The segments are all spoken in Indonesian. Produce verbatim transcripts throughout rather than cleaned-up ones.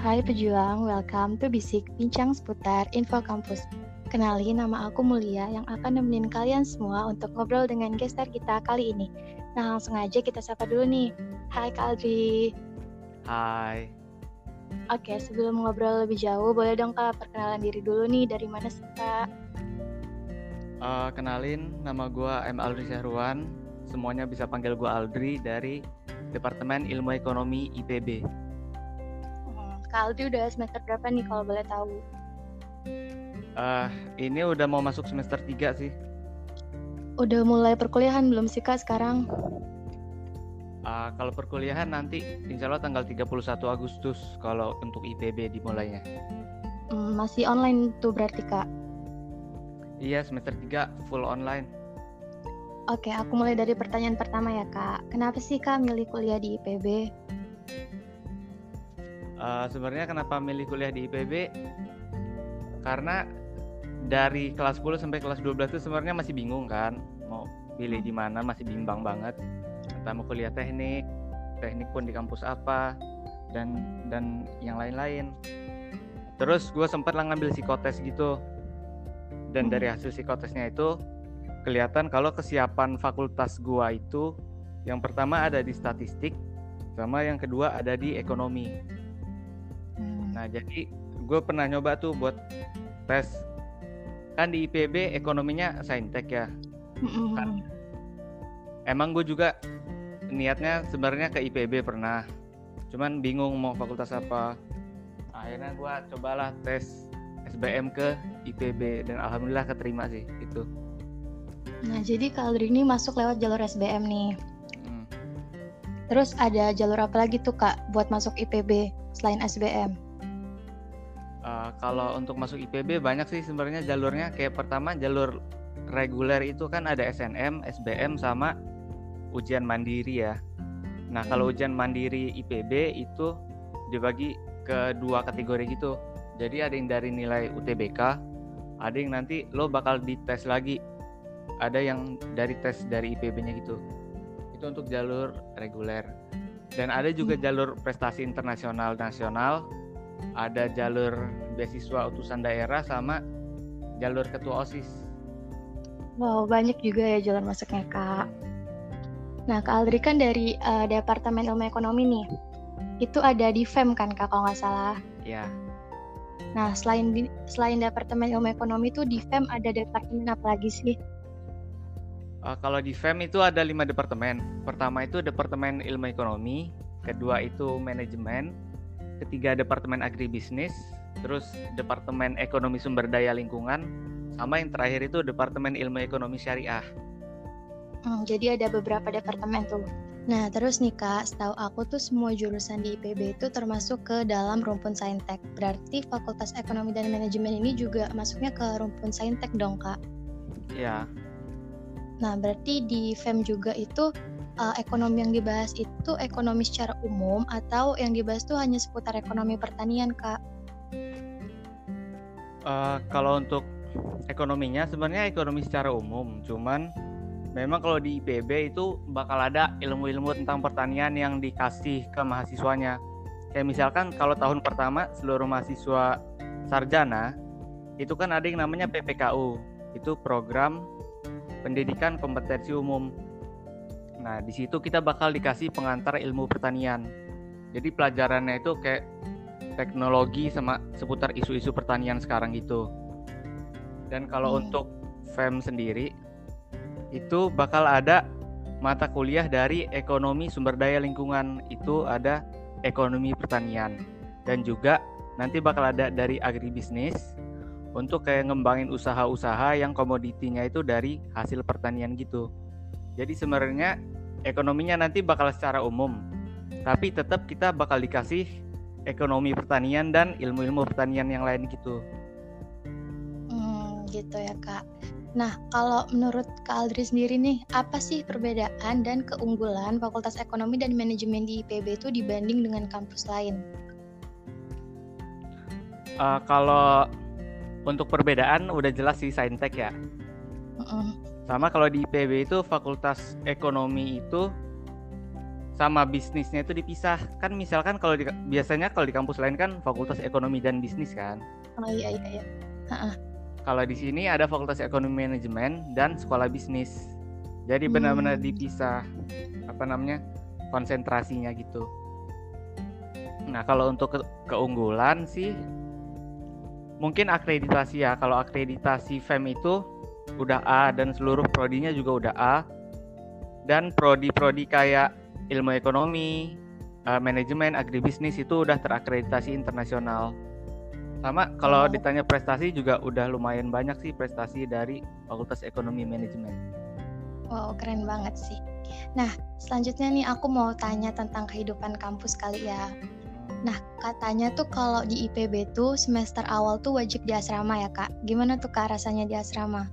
Hai pejuang, welcome to Bisik, bincang seputar info kampus. Kenalin, nama aku Mulia yang akan nemenin kalian semua untuk ngobrol dengan gestar kita kali ini. Nah, langsung aja kita sapa dulu nih. Hai Kak Aldri. Hai. Oke, sebelum ngobrol lebih jauh, boleh dong Kak perkenalan diri dulu nih, dari mana sih Kak? Uh, kenalin, nama gue M. Aldri Syahruan. Semuanya bisa panggil gue Aldri dari Departemen Ilmu Ekonomi I P B. Kak Aldri udah semester berapa nih kalau boleh tahu? Uh, ini udah mau masuk semester tiga sih. Udah mulai perkuliahan belum sih Kak sekarang? Uh, kalau perkuliahan nanti insya Allah tanggal tiga puluh satu Agustus kalau untuk I P B dimulainya. Hmm, masih online tuh berarti Kak? Iya, semester tiga full online. Oke, aku mulai dari pertanyaan pertama ya Kak. Kenapa sih Kak milih kuliah di I P B? Uh, sebenarnya kenapa milih kuliah di I P B? Karena dari kelas sepuluh sampai kelas dua belas itu sebenarnya masih bingung kan, mau pilih di mana, masih bimbang banget. Entah mau kuliah teknik, teknik pun di kampus apa, dan dan yang lain-lain. Terus gue sempat lah ngambil psikotes gitu, dan dari hasil psikotesnya itu kelihatan kalau kesiapan fakultas gue itu yang pertama ada di statistik, sama yang kedua ada di ekonomi. Nah, jadi gue pernah nyoba tuh buat tes. Kan di I P B ekonominya saintek ya. Kan, emang gue juga niatnya sebenarnya ke I P B pernah. Cuman bingung mau fakultas apa. Akhirnya gue cobalah tes S B M ke I P B dan alhamdulillah keterima sih itu. Nah, jadi Kak Aldri ini masuk lewat jalur S B M nih. Hmm. Terus ada jalur apa lagi tuh Kak buat masuk I P B selain S B M? Uh, kalau untuk masuk I P B banyak sih sebenarnya jalurnya. Kayak pertama jalur reguler itu kan ada S N M, S B M sama ujian mandiri ya. Nah, kalau ujian mandiri I P B itu dibagi ke dua kategori gitu. Jadi ada yang dari nilai U T B K, ada yang nanti lo bakal dites lagi. Ada yang dari tes dari I P B-nya gitu. Itu untuk jalur reguler. Dan ada juga jalur prestasi internasional nasional. Ada jalur beasiswa utusan daerah sama jalur ketua OSIS. Wow, banyak juga ya jalur masuknya Kak. Nah, Kak Aldri kan dari uh, Departemen Ilmu Ekonomi nih. Itu ada di F E M kan Kak kalau nggak salah? Iya. Nah, selain di, selain Departemen Ilmu Ekonomi itu di F E M ada departemen apa lagi sih? Uh, kalau di F E M itu ada lima departemen. Pertama itu Departemen Ilmu Ekonomi, kedua itu Manajemen, ketiga Departemen Agribisnis, terus Departemen Ekonomi Sumber Daya Lingkungan, sama yang terakhir itu Departemen Ilmu Ekonomi Syariah. Hmm, jadi ada beberapa departemen tuh. Nah, terus nih Kak, setahu aku tuh semua jurusan di I P B itu termasuk ke dalam rumpun saintek. Berarti Fakultas Ekonomi dan Manajemen ini juga masuknya ke rumpun saintek dong Kak? Iya. Nah, berarti di F E M juga itu Uh, ekonomi yang dibahas itu ekonomi secara umum atau yang dibahas itu hanya seputar ekonomi pertanian, Kak? Uh, kalau untuk ekonominya sebenarnya ekonomi secara umum, cuman memang kalau di I P B itu bakal ada ilmu-ilmu tentang pertanian yang dikasih ke mahasiswanya. Kayak misalkan kalau tahun pertama seluruh mahasiswa sarjana itu kan ada yang namanya P P K U, itu program pendidikan kompetensi umum. Nah, di situ kita bakal dikasih pengantar ilmu pertanian. Jadi pelajarannya itu kayak teknologi sama seputar isu-isu pertanian sekarang gitu. Dan kalau hmm. untuk F E M sendiri, itu bakal ada mata kuliah dari ekonomi sumber daya lingkungan. Itu ada ekonomi pertanian. Dan juga nanti bakal ada dari agribisnis untuk kayak ngembangin usaha-usaha yang komoditinya itu dari hasil pertanian gitu. Jadi sebenarnya ekonominya nanti bakal secara umum, tapi tetap kita bakal dikasih ekonomi pertanian dan ilmu-ilmu pertanian yang lain gitu. Hmm, gitu ya Kak. Nah, kalau menurut Kak Aldri sendiri nih, apa sih perbedaan dan keunggulan Fakultas Ekonomi dan Manajemen di I P B itu dibanding dengan kampus lain? Uh, kalau untuk perbedaan udah jelas sih saintek ya. Uh-uh. Sama kalau di I P B itu Fakultas Ekonomi itu sama bisnisnya itu dipisah. Kan misalkan kalau di, biasanya kalau di kampus lain kan Fakultas Ekonomi dan Bisnis kan. Oh iya iya iya. Ha-ha. Kalau di sini ada Fakultas Ekonomi Manajemen dan Sekolah Bisnis. Jadi Hmm. benar-benar dipisah apa namanya? Konsentrasinya gitu. Nah, kalau untuk ke- keunggulan sih mungkin akreditasi ya. Kalau akreditasi F E M itu udah A dan seluruh prodinya juga udah A. Dan prodi-prodi kayak ilmu ekonomi, uh, manajemen, agribisnis itu udah terakreditasi internasional. Sama kalau Oh. ditanya prestasi juga udah lumayan banyak sih prestasi dari Fakultas Ekonomi Manajemen. Wow, keren banget sih. Nah, selanjutnya nih aku mau tanya tentang kehidupan kampus kali ya. Nah, katanya tuh kalau di I P B tuh semester awal tuh wajib di asrama ya, Kak. Gimana tuh Kak rasanya di asrama?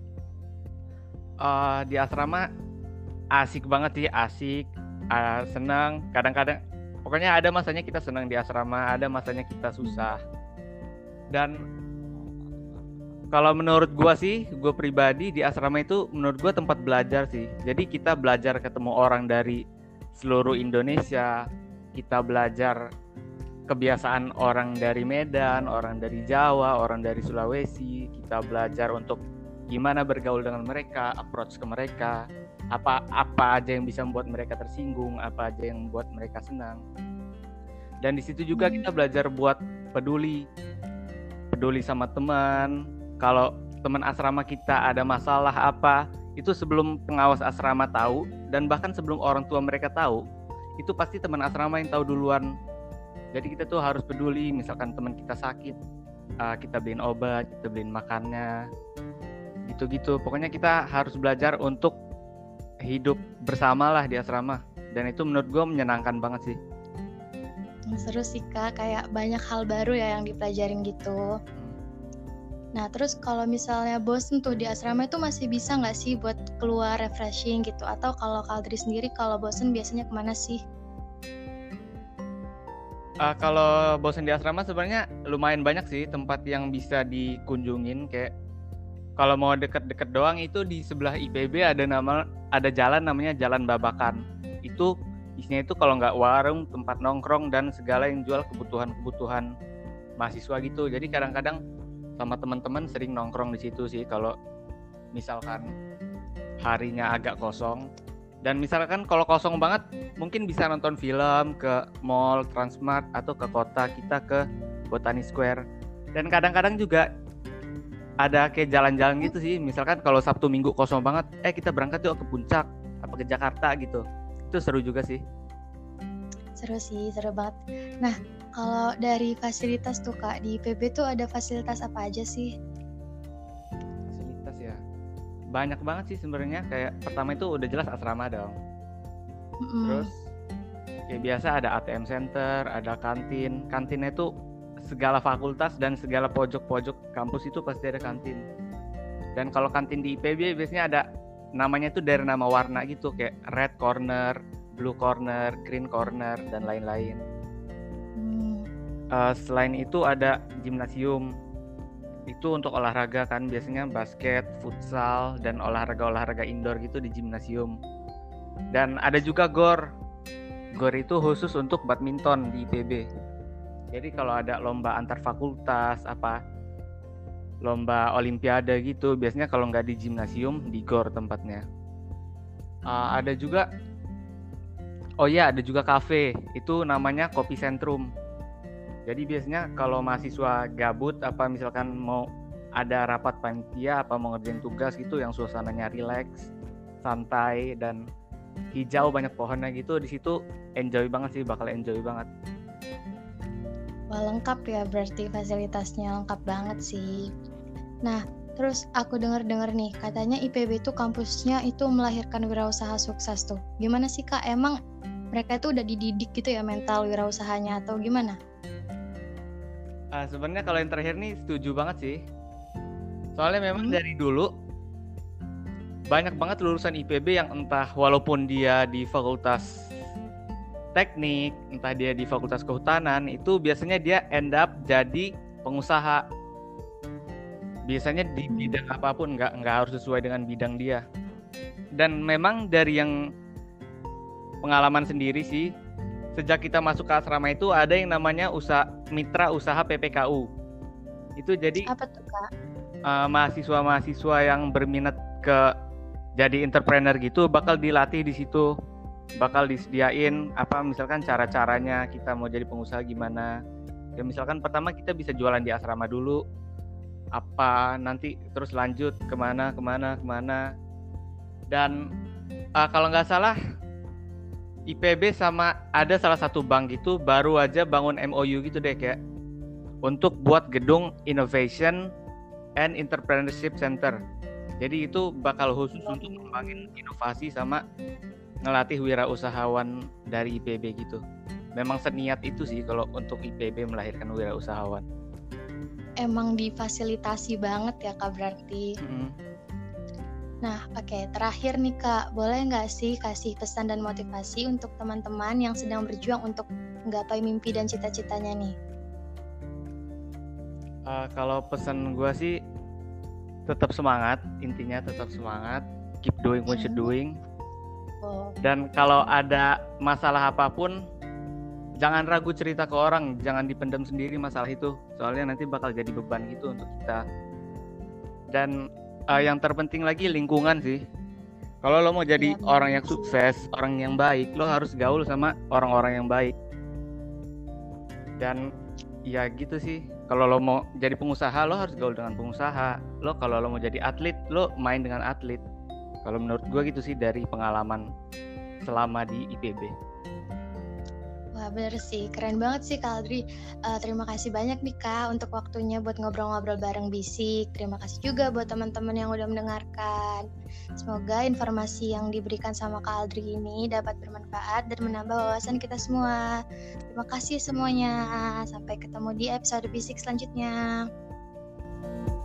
Uh, di asrama asik banget sih, asik, uh, senang. Kadang-kadang, pokoknya ada masanya kita senang di asrama, ada masanya kita susah. Dan kalau menurut gua sih, gua pribadi di asrama itu menurut gua tempat belajar sih. Jadi kita belajar ketemu orang dari seluruh Indonesia, kita belajar kebiasaan orang dari Medan, orang dari Jawa, orang dari Sulawesi. Kita belajar untuk gimana bergaul dengan mereka, approach ke mereka, apa apa aja yang bisa membuat mereka tersinggung, apa aja yang membuat mereka senang. Dan di situ juga kita belajar buat peduli, peduli sama teman. Kalau teman asrama kita ada masalah apa, itu sebelum pengawas asrama tahu dan bahkan sebelum orang tua mereka tahu, itu pasti teman asrama yang tahu duluan. Jadi kita tuh harus peduli, misalkan teman kita sakit, uh, kita beliin obat, kita beliin makannya, gitu-gitu. Pokoknya kita harus belajar untuk hidup bersama lah di asrama. Dan itu menurut gue menyenangkan banget sih. Seru sih Kak, kayak banyak hal baru ya yang dipelajarin gitu. Nah, terus kalau misalnya bosen tuh di asrama itu masih bisa nggak sih buat keluar refreshing gitu? Atau kalau Kaldri sendiri kalau bosen biasanya kemana sih? Uh, kalau bosen di asrama sebenarnya lumayan banyak sih tempat yang bisa dikunjungin. Kayak kalau mau deket-deket doang itu di sebelah I P B ada nama ada jalan namanya Jalan Babakan. Itu isinya itu kalau nggak warung, tempat nongkrong dan segala yang jual kebutuhan-kebutuhan mahasiswa gitu. Jadi kadang-kadang sama teman-teman sering nongkrong di situ sih kalau misalkan harinya agak kosong. Dan misalkan kalau kosong banget mungkin bisa nonton film ke mall, Transmart atau ke kota kita ke Botani Square. Dan kadang-kadang juga ada kayak jalan-jalan gitu sih. Misalkan kalau Sabtu Minggu kosong banget, eh kita berangkat yuk ke puncak apa ke Jakarta gitu. Itu seru juga sih. Seru sih, seru banget. Nah, kalau dari fasilitas tuh Kak, di I P B tuh ada fasilitas apa aja sih? Fasilitas ya banyak banget sih sebenarnya. Kayak pertama itu udah jelas asrama dong. Mm-mm. Terus kayak biasa ada A T M center, ada kantin. Kantinnya itu segala fakultas dan segala pojok-pojok kampus itu pasti ada kantin. Dan kalau kantin di I P B biasanya ada namanya tuh dari nama warna gitu, kayak red corner, blue corner, green corner, dan lain-lain. Hmm. Uh, selain itu ada gimnasium. Itu untuk olahraga kan, biasanya basket, futsal, dan olahraga-olahraga indoor gitu di gimnasium. Dan ada juga gor. Gor itu khusus untuk badminton di I P B. Jadi kalau ada lomba antar fakultas, apa lomba olimpiade gitu, biasanya kalau nggak di gimnasium, di gor tempatnya. Uh, ada juga, oh iya ada juga kafe, itu namanya Kopi Sentrum. Jadi biasanya kalau mahasiswa gabut, apa misalkan mau ada rapat panitia, apa mau ngerjain tugas gitu, yang suasananya rileks, santai dan hijau, banyak pohonnya gitu, di situ enjoy banget sih, bakal enjoy banget. Wah, lengkap ya berarti fasilitasnya, lengkap banget sih. Nah, terus aku dengar-dengar nih, katanya I P B itu kampusnya itu melahirkan wirausaha sukses tuh. Gimana sih Kak, emang mereka itu udah dididik gitu ya mental wirausahanya atau gimana? Uh, sebenarnya kalau yang terakhir nih setuju banget sih. Soalnya memang hmm. dari dulu banyak banget lulusan I P B yang entah walaupun dia di fakultas teknik, entah dia di fakultas kehutanan, itu biasanya dia end up jadi pengusaha. Biasanya di bidang apapun, nggak nggak harus sesuai dengan bidang dia. Dan memang dari yang pengalaman sendiri sih. Sejak kita masuk ke asrama itu ada yang namanya usaha mitra usaha P P K U. Itu jadi Apa tuh Kak? uh, mahasiswa-mahasiswa yang berminat ke jadi entrepreneur gitu bakal dilatih di situ. Bakal disediain apa misalkan cara-caranya kita mau jadi pengusaha gimana. Ya misalkan pertama kita bisa jualan di asrama dulu. Apa nanti terus lanjut kemana kemana kemana. Dan uh, kalau nggak salah I P B sama ada salah satu bank gitu baru aja bangun M O U gitu deh kayak untuk buat gedung Innovation and Entrepreneurship Center. Jadi itu bakal khusus untuk ngembangin inovasi sama ngelatih wirausahawan dari I P B gitu. Memang seniat itu sih kalau untuk I P B melahirkan wirausahawan. Emang difasilitasi banget ya Kak berarti. Mm-hmm. Nah, oke, okay. Terakhir nih Kak, boleh nggak sih kasih pesan dan motivasi untuk teman-teman yang sedang berjuang untuk menggapai mimpi dan cita-citanya nih? Uh, kalau pesan gue sih tetap semangat, intinya tetap semangat, keep doing what you're doing. Oh. Dan kalau ada masalah apapun, jangan ragu cerita ke orang, jangan dipendam sendiri masalah itu, soalnya nanti bakal jadi beban gitu untuk kita. Dan Uh, yang terpenting lagi lingkungan sih. Kalau lo mau jadi ya, orang yang sukses, orang yang baik, lo harus gaul sama orang-orang yang baik. Dan ya gitu sih. Kalau lo mau jadi pengusaha, lo harus gaul dengan pengusaha. Lo kalau lo mau jadi atlet, lo main dengan atlet. Kalau menurut gue gitu sih dari pengalaman selama di I P B. Wah bener sih, keren banget sih Kak Aldri. Uh, terima kasih banyak nih Kak untuk waktunya buat ngobrol-ngobrol bareng Bisik. Terima kasih juga buat teman-teman yang udah mendengarkan. Semoga informasi yang diberikan sama Kak Aldri ini dapat bermanfaat dan menambah wawasan kita semua. Terima kasih semuanya. Sampai ketemu di episode Bisik selanjutnya.